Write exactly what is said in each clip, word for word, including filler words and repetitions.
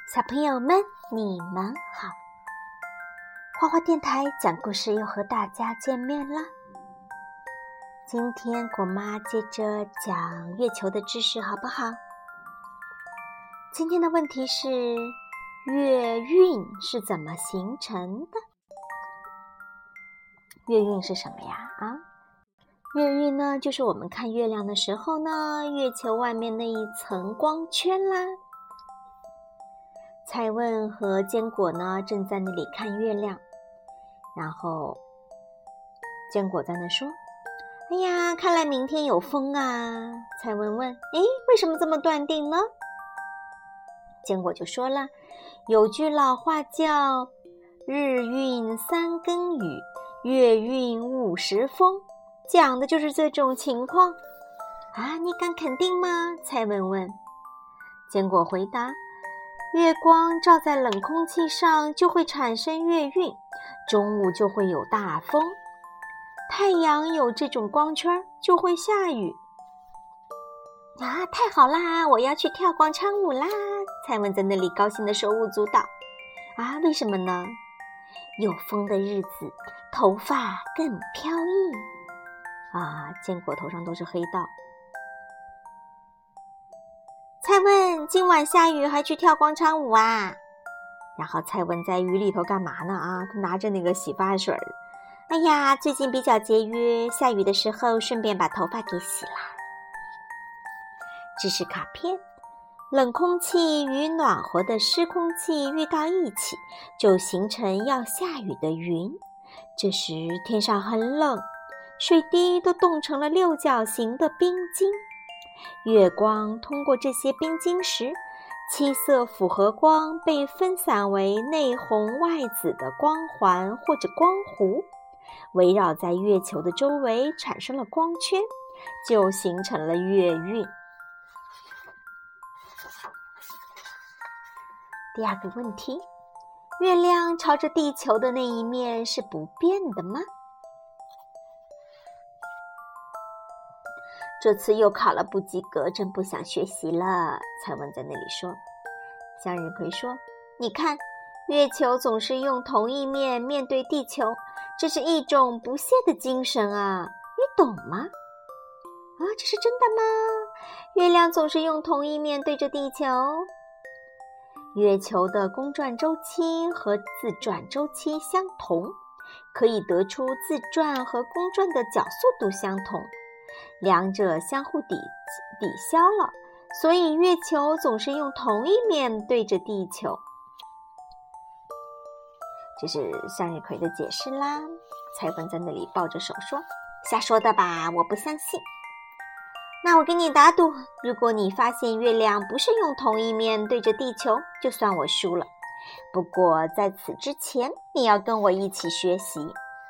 小朋友们，你们好！花花电台讲故事又和大家见面了。今天果妈接着讲月球的知识，好不好？今天的问题是：月晕是怎么形成的？月晕是什么呀？啊，月晕呢，就是我们看月亮的时候呢，月球外面那一层光圈啦。蔡问和坚果呢，正在那里看月亮，然后坚果在那说：“哎呀，看来明天有风啊。”蔡问问：“诶，为什么这么断定呢？”坚果就说了：“有句老话叫‘日晕三更雨，月晕五时风’，讲的就是这种情况啊。你敢肯定吗？”蔡问问。坚果回答：“月光照在冷空气上就会产生月晕，中午就会有大风，太阳有这种光圈就会下雨。”啊，太好啦，我要去跳广场舞啦！蔡文在那里高兴的手舞足蹈。啊，为什么呢？有风的日子头发更飘逸。啊，坚果头上都是黑道。蔡问，今晚下雨还去跳广场舞啊？然后蔡问在雨里头干嘛呢？啊，他拿着那个洗发水。哎呀，最近比较节约，下雨的时候顺便把头发给洗啦。知识卡片：冷空气与暖和的湿空气遇到一起，就形成要下雨的云。这时天上很冷，水滴都冻成了六角形的冰晶。月光通过这些冰晶时，七色复合光被分散为内红外紫的光环或者光弧，围绕在月球的周围产生了光圈，就形成了月晕。第二个问题：月亮朝着地球的那一面是不变的吗？这次又考了不及格，真不想学习了。蔡文在那里说。向日葵说：“你看，月球总是用同一面面对地球，这是一种不懈的精神啊，你懂吗？”啊，这是真的吗？月亮总是用同一面对着地球？月球的公转周期和自转周期相同，可以得出自转和公转的角速度相同。两者相互抵抵消了，所以月球总是用同一面对着地球。这是向日葵的解释啦。蔡文在那里抱着手说：“瞎说的吧，我不相信。”那我给你打赌，如果你发现月亮不是用同一面对着地球，就算我输了。不过在此之前，你要跟我一起学习。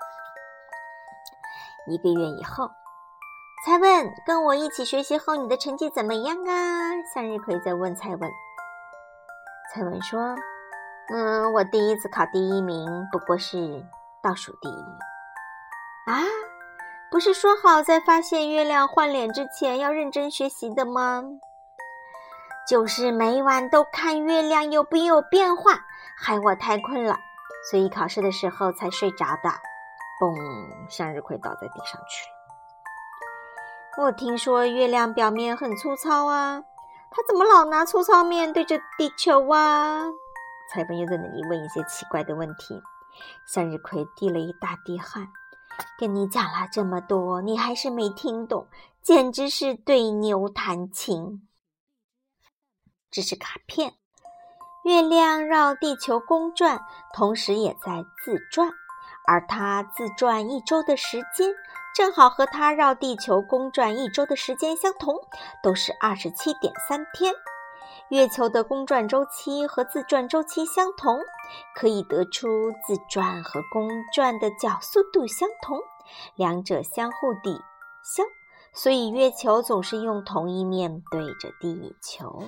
一个月以后，蔡问，跟我一起学习后，你的成绩怎么样啊？向日葵在问蔡问。蔡问说：“嗯，我第一次考第一名，不过是倒数第一。”啊，不是说好在发现月亮换脸之前要认真学习的吗？就是每晚都看月亮有没有变化，害我太困了，所以考试的时候才睡着的。嘣，向日葵倒在地上去了。我听说月亮表面很粗糙啊，它怎么老拿粗糙面对着地球啊？蔡文又在那里问一些奇怪的问题。向日葵滴了一大滴汗。跟你讲了这么多，你还是没听懂，简直是对牛弹琴。知识卡片：月亮绕地球公转，同时也在自转，而它自转一周的时间正好和它绕地球公转一周的时间相同，都是 二十七点三 天。月球的公转周期和自转周期相同，可以得出自转和公转的角速度相同，两者相互抵消，所以月球总是用同一面对着地球。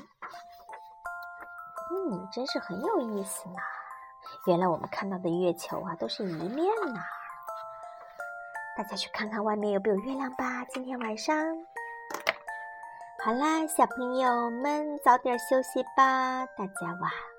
嗯，真是很有意思呢。原来我们看到的月球啊，都是一面呢。大家去看看外面有没有月亮吧，今天晚上。好啦，小朋友们早点休息吧，大家晚安。